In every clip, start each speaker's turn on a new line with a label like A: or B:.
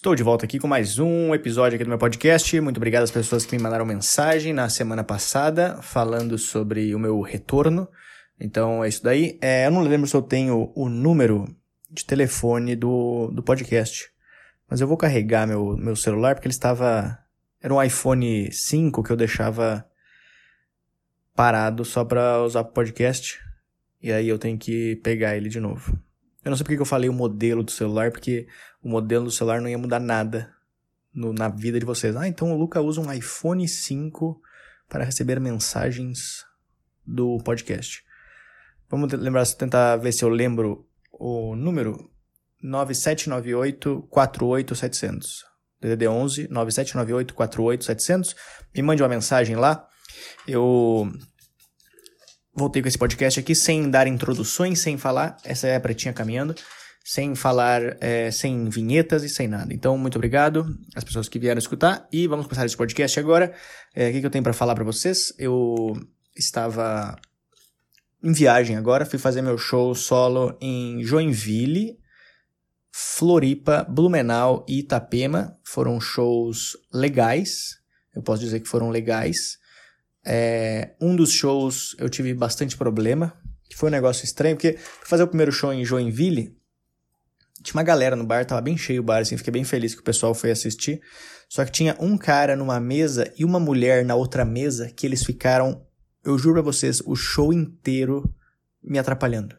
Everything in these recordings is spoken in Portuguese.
A: Estou de volta aqui com mais um episódio aqui do meu podcast. Muito obrigado às pessoas que me mandaram mensagem na semana passada falando sobre o meu retorno. Então é isso daí. Eu não lembro se eu tenho o número de telefone do podcast, mas eu vou carregar meu celular porque ele estava... Era um iPhone 5 que eu deixava parado só para usar pro podcast. E aí eu tenho que pegar ele de novo. Eu não sei porque que eu falei o modelo do celular, porque o modelo do celular não ia mudar nada na vida de vocês. Então o Luca usa um iPhone 5 para receber mensagens do podcast. Vamos tentar ver se eu lembro o número 9798-48700. DDD 11 9798-48700. Me mande uma mensagem lá. Eu voltei com esse podcast aqui sem dar introduções, sem falar. Essa é a Pretinha Caminhando. Sem falar, sem vinhetas e sem nada. Então, muito obrigado às pessoas que vieram escutar. E vamos começar esse podcast agora. O que eu tenho para falar para vocês? Eu estava em viagem agora. Fui fazer meu show solo em Joinville, Floripa, Blumenau e Itapema. Foram shows legais. Eu posso dizer que foram legais. Um dos shows eu tive bastante problema, que foi um negócio estranho, porque fui fazer o primeiro show em Joinville, tinha uma galera no bar, tava bem cheio o bar, assim, fiquei bem feliz que o pessoal foi assistir, só que tinha um cara numa mesa e uma mulher na outra mesa, que eles ficaram, eu juro pra vocês, o show inteiro me atrapalhando.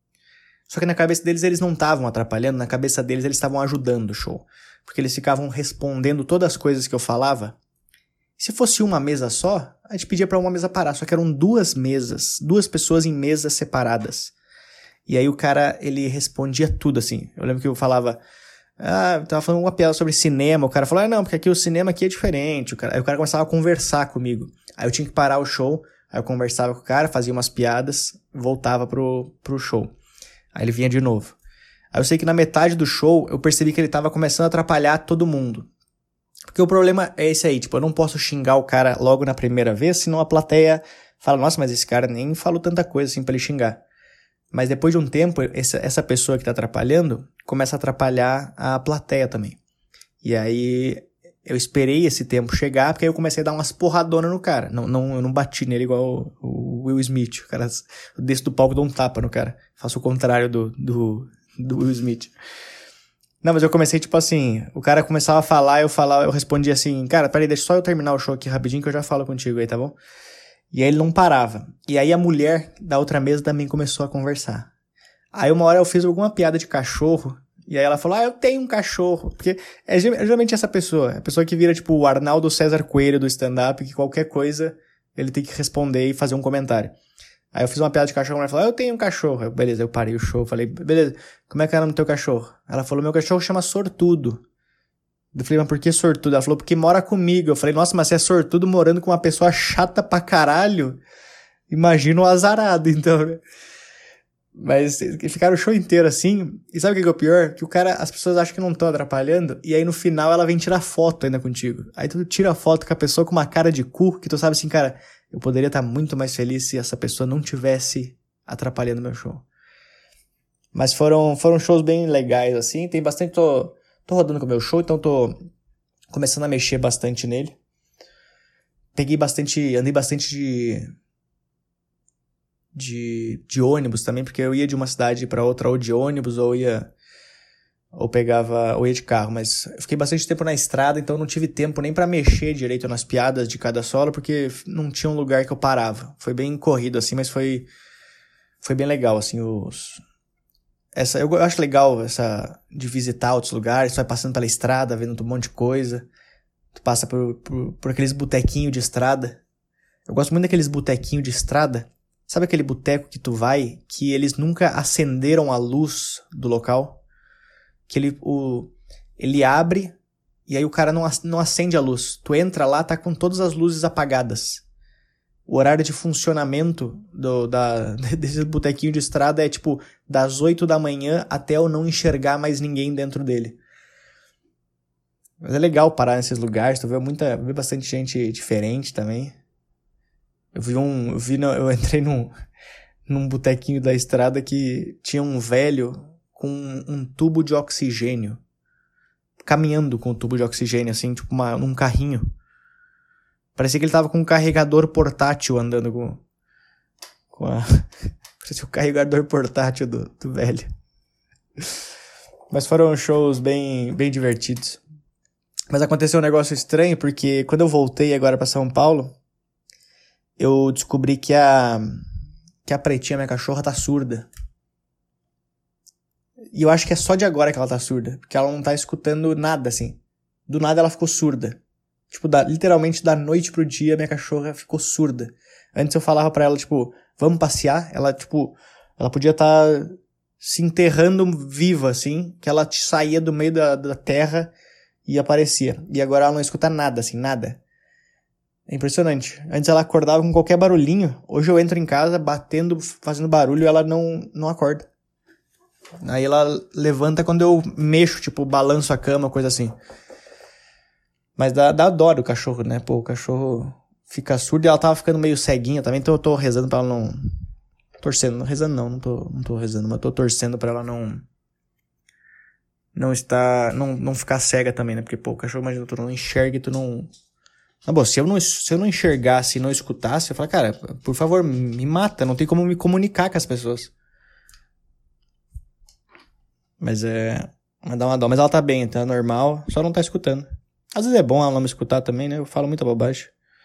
A: Só que na cabeça deles eles não estavam atrapalhando, na cabeça deles eles estavam ajudando o show, porque eles ficavam respondendo todas as coisas que eu falava. Se fosse uma mesa só, a gente pedia pra uma mesa parar, só que eram duas mesas, duas pessoas em mesas separadas. E aí o cara, ele respondia tudo assim. Eu lembro que eu falava, eu tava falando uma piada sobre cinema, o cara falou, não, porque aqui o cinema aqui é diferente. Aí o cara começava a conversar comigo. Aí eu tinha que parar o show, aí eu conversava com o cara, fazia umas piadas, voltava pro show. Aí ele vinha de novo. Aí eu sei que na metade do show, eu percebi que ele tava começando a atrapalhar todo mundo. Porque o problema é esse aí, eu não posso xingar o cara logo na primeira vez, senão a plateia fala, nossa, mas esse cara nem falou tanta coisa assim pra ele xingar. Mas depois de um tempo, essa pessoa que tá atrapalhando, começa a atrapalhar a plateia também. E aí, eu esperei esse tempo chegar, porque aí eu comecei a dar umas porradonas no cara. Eu não bati nele igual o Will Smith. O cara, eu desço do palco e dou um tapa no cara. Faço o contrário do Will Smith. Não, mas eu comecei assim, o cara começava a falar, eu respondia assim, cara, peraí, deixa só eu terminar o show aqui rapidinho que eu já falo contigo aí, tá bom? E aí ele não parava. E aí a mulher da outra mesa também começou a conversar. Aí uma hora eu fiz alguma piada de cachorro, e aí ela falou, eu tenho um cachorro. Porque é geralmente essa pessoa, a pessoa que vira tipo o Arnaldo César Coelho do stand-up, que qualquer coisa ele tem que responder e fazer um comentário. Aí eu fiz uma piada de cachorro, ela falou, eu tenho um cachorro. Beleza, eu parei o show, falei, beleza, como é que é o nome do teu cachorro? Ela falou, meu cachorro chama Sortudo. Eu falei, mas por que Sortudo? Ela falou, porque mora comigo. Eu falei, nossa, mas você é sortudo morando com uma pessoa chata pra caralho? Imagina o azarado, então, né? Mas ficaram o show inteiro assim, e sabe o que é o pior? Que as pessoas acham que não estão atrapalhando, e aí no final ela vem tirar foto ainda contigo. Aí tu tira foto com a pessoa com uma cara de cu, que tu sabe assim, cara, eu poderia estar muito mais feliz se essa pessoa não tivesse atrapalhando meu show. Mas foram shows bem legais, assim, tem bastante, tô rodando com o meu show, então tô começando a mexer bastante nele. Andei bastante de ônibus também, porque eu ia de uma cidade pra outra ou de ônibus, ou ia de carro, mas eu fiquei bastante tempo na estrada, então não tive tempo nem pra mexer direito nas piadas de cada solo, porque não tinha um lugar que eu parava. Foi bem corrido assim, mas foi bem legal, assim, eu acho legal essa de visitar outros lugares, tu vai passando pela estrada, vendo um monte de coisa, tu passa por aqueles botequinhos de estrada. Eu gosto muito daqueles botequinhos de estrada. Sabe aquele boteco que tu vai, que eles nunca acenderam a luz do local? Que ele abre e aí o cara não acende a luz. Tu entra lá, tá com todas as luzes apagadas. O horário de funcionamento desse botequinho de estrada é das 8 da manhã até eu não enxergar mais ninguém dentro dele. Mas é legal parar nesses lugares, tu vê bastante gente diferente também. Eu entrei num botequinho da estrada que tinha um velho com um tubo de oxigênio. caminhando com o tubo de oxigênio, assim, tipo num carrinho. Parecia que ele tava com um carregador portátil andando com a... Parecia o carregador portátil do velho. Mas foram shows bem, bem divertidos. Mas aconteceu um negócio estranho, porque quando eu voltei agora pra São Paulo, eu descobri que a Pretinha, minha cachorra, tá surda. E eu acho que é só de agora que ela tá surda, porque ela não tá escutando nada, assim. Do nada ela ficou surda. Tipo, literalmente da noite pro dia, minha cachorra ficou surda. Antes eu falava pra ela, tipo, vamos passear? Ela, tipo, ela podia estar se enterrando viva, assim, que ela saía do meio da terra e aparecia. E agora ela não escuta nada, assim, nada. É impressionante. Antes ela acordava com qualquer barulhinho. Hoje eu entro em casa batendo, fazendo barulho e ela não acorda. Aí ela levanta quando eu mexo, tipo, balanço a cama, coisa assim. Mas dá dó do cachorro, né? Pô, o cachorro fica surdo e ela tava ficando meio ceguinha também, então eu tô rezando pra ela não... Torcendo, rezando não tô rezando, mas eu tô torcendo pra ela não ficar cega também, né? Porque, pô, o cachorro, imagina, tu não enxerga e tu não... Ah, bom, se eu não enxergasse e não escutasse, eu falo, cara, por favor, me mata, não tem como me comunicar com as pessoas. Mas dá uma dó. Mas ela tá bem, tá normal, só não tá escutando. Às vezes é bom ela não me escutar também, né? Eu falo muita bobagem.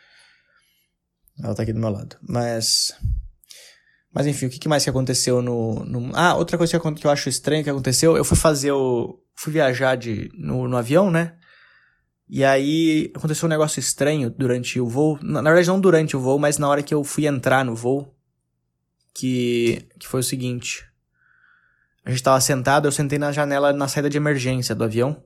A: Ela tá aqui do meu lado. Mas enfim, o que mais que aconteceu outra coisa que eu acho estranho que aconteceu, eu fui viajar no avião, né? E aí aconteceu um negócio estranho durante o voo. Na verdade, não durante o voo, mas na hora que eu fui entrar no voo. Que foi o seguinte. A gente tava sentado, eu sentei na janela na saída de emergência do avião.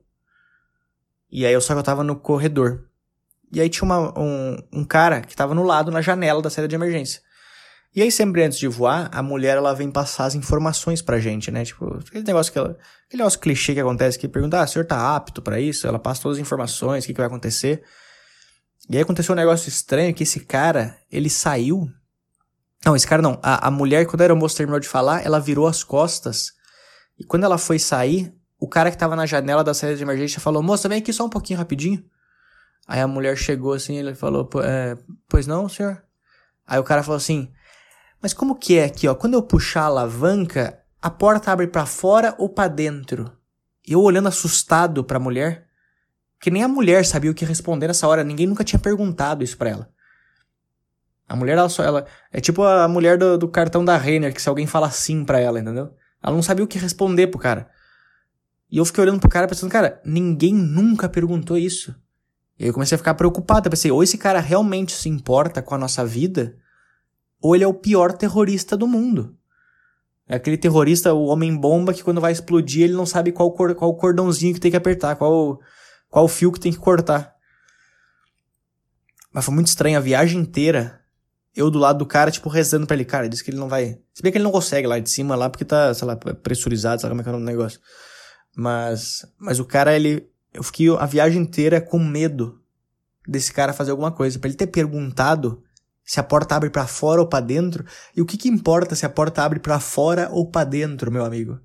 A: E aí só que eu tava no corredor. E aí tinha um cara que tava no lado, na janela da saída de emergência. E aí sempre antes de voar, a mulher ela vem passar as informações pra gente, né? Tipo, aquele negócio clichê que acontece, que pergunta, o senhor tá apto pra isso? Ela passa todas as informações, o que vai acontecer. E aí aconteceu um negócio estranho, que esse cara, ele saiu... Não, esse cara não. A mulher, quando a aeromoça terminou de falar, ela virou as costas. E quando ela foi sair, o cara que tava na janela da saída de emergência falou, moça, vem aqui só um pouquinho rapidinho. Aí a mulher chegou assim, ele falou, pois não, senhor? Aí o cara falou assim, mas como que é aqui, ó? Quando eu puxar a alavanca, a porta abre pra fora ou pra dentro? E eu olhando assustado pra mulher, que nem a mulher sabia o que responder nessa hora, ninguém nunca tinha perguntado isso pra ela. A mulher, ela é tipo a mulher do cartão da Renner, que se alguém fala sim pra ela, entendeu? Ela não sabia o que responder pro cara. E eu fiquei olhando pro cara pensando, cara, ninguém nunca perguntou isso. E aí eu comecei a ficar preocupado, eu pensei, ou esse cara realmente se importa com a nossa vida, ou ele é o pior terrorista do mundo. É aquele terrorista, o homem-bomba, que quando vai explodir ele não sabe qual cordãozinho que tem que apertar, qual fio que tem que cortar. Mas foi muito estranho, a viagem inteira, eu do lado do cara, tipo, rezando pra ele. Cara, ele disse que ele não vai... Se bem que ele não consegue lá de cima, lá, porque tá, sei lá, pressurizado, sabe como é que é o nome do negócio. Mas o cara, eu fiquei a viagem inteira com medo desse cara fazer alguma coisa. Pra ele ter perguntado se a porta abre pra fora ou pra dentro. E o que importa se a porta abre pra fora ou pra dentro, meu amigo?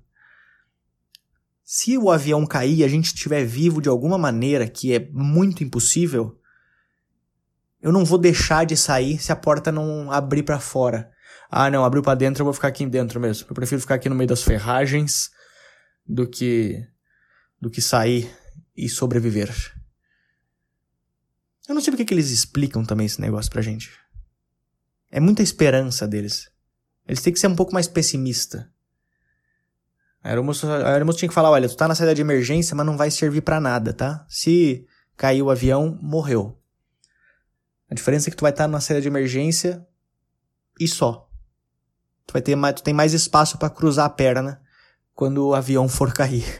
A: Se o avião cair e a gente estiver vivo de alguma maneira, que é muito impossível, eu não vou deixar de sair se a porta não abrir pra fora. Ah, não, abriu pra dentro, eu vou ficar aqui dentro mesmo. Eu prefiro ficar aqui no meio das ferragens do que sair e sobreviver. Eu não sei porque que eles explicam também esse negócio pra gente. É muita esperança deles. Eles têm que ser um pouco mais pessimista. A aeromoça tinha que falar, olha, tu tá na saída de emergência, mas não vai servir pra nada, tá? Se cair o avião, morreu. A diferença é que tu vai estar na saída de emergência e só. Tu tem mais espaço pra cruzar a perna quando o avião for cair.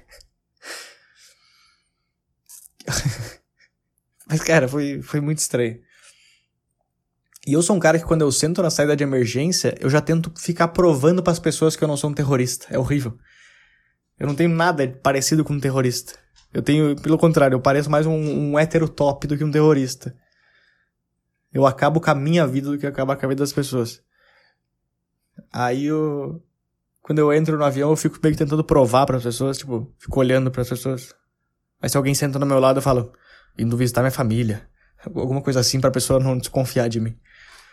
A: Mas, cara, foi muito estranho. E eu sou um cara que quando eu sento na saída de emergência, eu já tento ficar provando pras pessoas que eu não sou um terrorista. É horrível. Eu não tenho nada parecido com um terrorista. Eu tenho, pelo contrário, eu pareço mais um hétero top do que um terrorista. Eu acabo com a minha vida do que acabar com a vida das pessoas. Aí quando eu entro no avião, eu fico meio que tentando provar pras pessoas, tipo, fico olhando pras pessoas. Mas se alguém senta do meu lado, eu falo, indo visitar minha família. Alguma coisa assim pra pessoa não desconfiar de mim.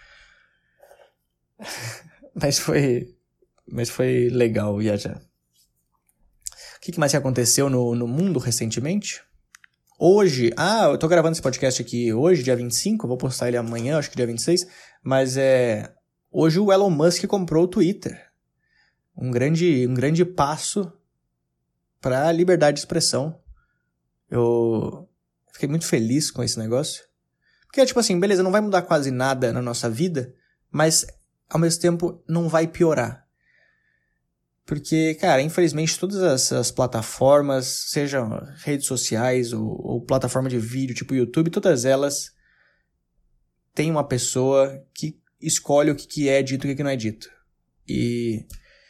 A: Mas foi legal viajar. O que mais que aconteceu no mundo recentemente? Hoje, eu tô gravando esse podcast aqui hoje, dia 25, vou postar ele amanhã, acho que dia 26, mas hoje o Elon Musk comprou o Twitter. Um grande passo para a liberdade de expressão. Eu fiquei muito feliz com esse negócio. Porque, tipo assim, beleza, não vai mudar quase nada na nossa vida, mas, ao mesmo tempo, não vai piorar. Porque, cara, infelizmente, todas as plataformas, sejam redes sociais ou plataforma de vídeo, tipo YouTube, todas elas têm uma pessoa que escolhe o que é dito e o que não é dito. E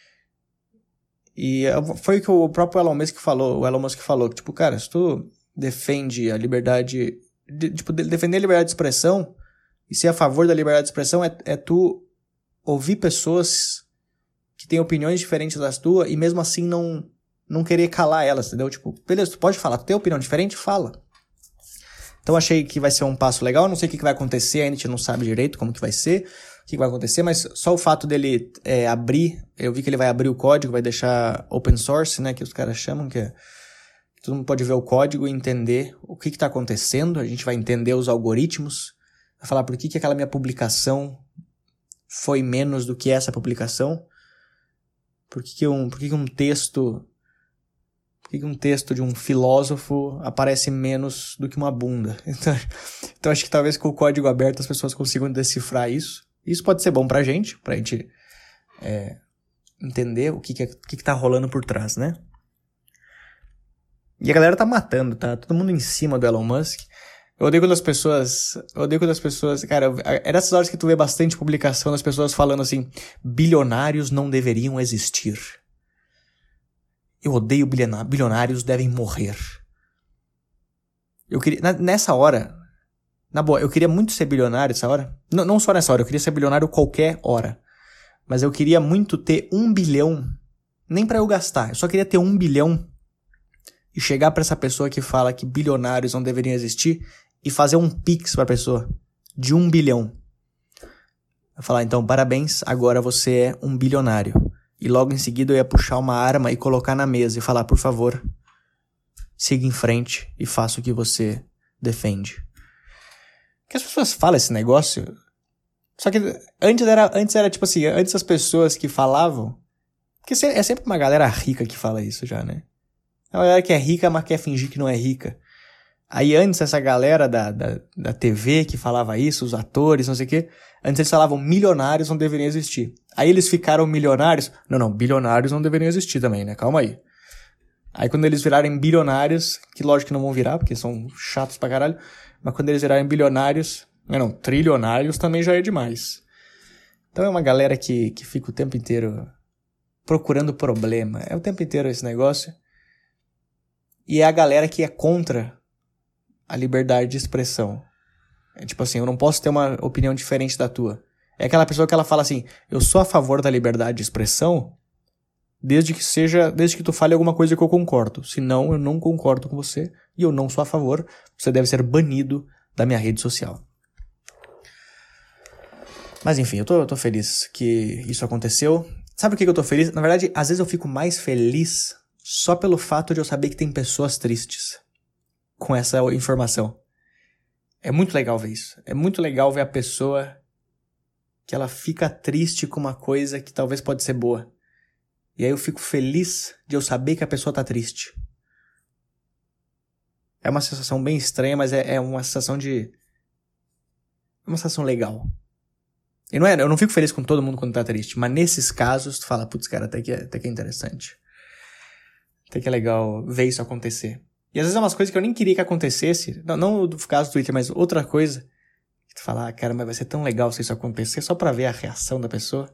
A: foi o que o próprio Elon Musk falou, que, tipo, cara, se tu defende a liberdade, defender a liberdade de expressão, e ser a favor da liberdade de expressão é tu ouvir pessoas que têm opiniões diferentes das tuas e mesmo assim não querer calar elas, entendeu? Tipo, beleza, tu pode falar, tu tem opinião diferente? Fala. Então achei que vai ser um passo legal, não sei o que vai acontecer, ainda a gente não sabe direito como que vai ser, o que vai acontecer, mas só o fato dele abrir, eu vi que ele vai abrir o código, vai deixar open source, né, que os caras chamam, que todo mundo pode ver o código e entender o que está acontecendo, a gente vai entender os algoritmos, vai falar por que aquela minha publicação foi menos do que essa publicação, por que um texto de um filósofo aparece menos do que uma bunda. Então acho que talvez com o código aberto as pessoas consigam decifrar isso. Isso pode ser bom pra gente entender o que tá rolando por trás, né? E a galera tá matando, tá todo mundo em cima do Elon Musk. Eu odeio quando as pessoas... Cara, é nessas horas que tu vê bastante publicação das pessoas falando assim, bilionários não deveriam existir. Eu odeio bilionários, devem morrer. Eu queria... Nessa hora... Na boa, eu queria muito ser bilionário nessa hora. Não só nessa hora, eu queria ser bilionário qualquer hora. Mas eu queria muito ter 1 bilhão. Nem pra eu gastar. Eu só queria ter 1 bilhão. E chegar pra essa pessoa que fala que bilionários não deveriam existir. E fazer um pix pra pessoa. De 1 bilhão. Eu falar, então, parabéns, agora você é um bilionário. E logo em seguida eu ia puxar uma arma e colocar na mesa e falar, por favor, siga em frente e faça o que você defende. Porque as pessoas falam esse negócio, só que antes era tipo assim, antes as pessoas que falavam, porque é sempre uma galera rica que fala isso já, né? É uma galera que é rica, mas quer fingir que não é rica. Aí antes essa galera da TV que falava isso, os atores, não sei o quê, antes eles falavam milionários não deveriam existir. Aí eles ficaram milionários. Não, bilionários não deveriam existir também, né? Calma aí. Aí quando eles virarem bilionários, que lógico que não vão virar, porque são chatos pra caralho, mas quando eles virarem bilionários, trilionários também já é demais. Então é uma galera que fica o tempo inteiro procurando problema. É o tempo inteiro esse negócio. E é a galera que é contra a liberdade de expressão. É tipo assim, eu não posso ter uma opinião diferente da tua. É aquela pessoa que ela fala assim, eu sou a favor da liberdade de expressão desde que tu fale alguma coisa que eu concordo. Senão, eu não concordo com você e eu não sou a favor. Você deve ser banido da minha rede social. Mas enfim, eu tô feliz que isso aconteceu. Sabe por que eu tô feliz? Na verdade, às vezes eu fico mais feliz só pelo fato de eu saber que tem pessoas tristes com essa informação. É muito legal ver isso. É muito legal ver a pessoa que ela fica triste com uma coisa que talvez pode ser boa. E aí eu fico feliz de eu saber que a pessoa tá triste. É uma sensação bem estranha, mas é uma sensação de... É uma sensação legal. E eu não fico feliz com todo mundo quando tá triste, mas nesses casos tu fala, putz, cara, até que é interessante. Até que é legal ver isso acontecer. E às vezes é umas coisas que eu nem queria que acontecesse. Não no caso do Twitter, mas outra coisa. Que tu fala, cara, mas vai ser tão legal se isso acontecer só pra ver a reação da pessoa.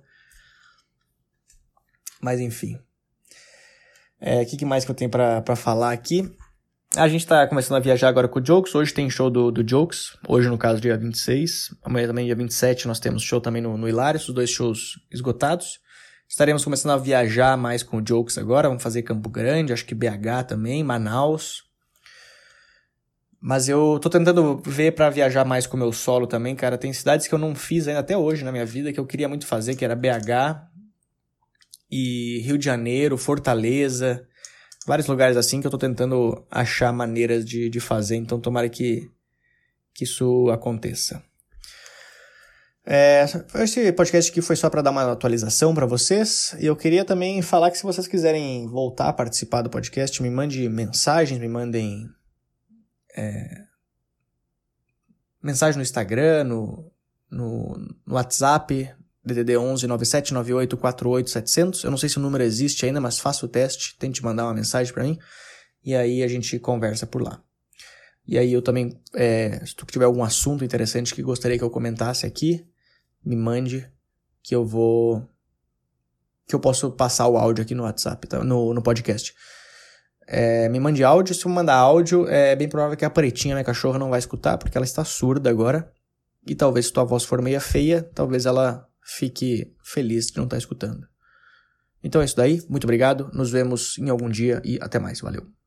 A: Mas enfim. O que mais que eu tenho pra falar aqui? A gente tá começando a viajar agora com o Jokes. Hoje tem show do Jokes. Hoje, no caso, dia 26. Amanhã também, dia 27, nós temos show também no Hilários. Os 2 shows esgotados. Estaremos começando a viajar mais com o Jokes agora. Vamos fazer Campo Grande, acho que BH também, Manaus. Mas eu tô tentando ver pra viajar mais com o meu solo também, cara. Tem cidades que eu não fiz ainda até hoje na minha vida, que eu queria muito fazer, que era BH e Rio de Janeiro, Fortaleza, vários lugares assim que eu tô tentando achar maneiras de fazer. Então tomara que isso aconteça. Esse podcast aqui foi só para dar uma atualização para vocês. E eu queria também falar que se vocês quiserem voltar a participar do podcast, me mandem mensagens, me mandem mensagem no Instagram, no WhatsApp, DDD 11 9798 48 700. Eu não sei se o número existe ainda, mas faça o teste, tente mandar uma mensagem para mim. E aí a gente conversa por lá. E aí eu também, se tu tiver algum assunto interessante que gostaria que eu comentasse aqui, me mande que eu posso passar o áudio aqui no WhatsApp, tá? no podcast. Me mande áudio. Se eu mandar áudio, é bem provável que a Pretinha, minha cachorra, não vai escutar, porque ela está surda agora. E talvez se tua voz for meio feia, talvez ela fique feliz de não estar escutando. Então é isso daí. Muito obrigado. Nos vemos em algum dia e até mais. Valeu.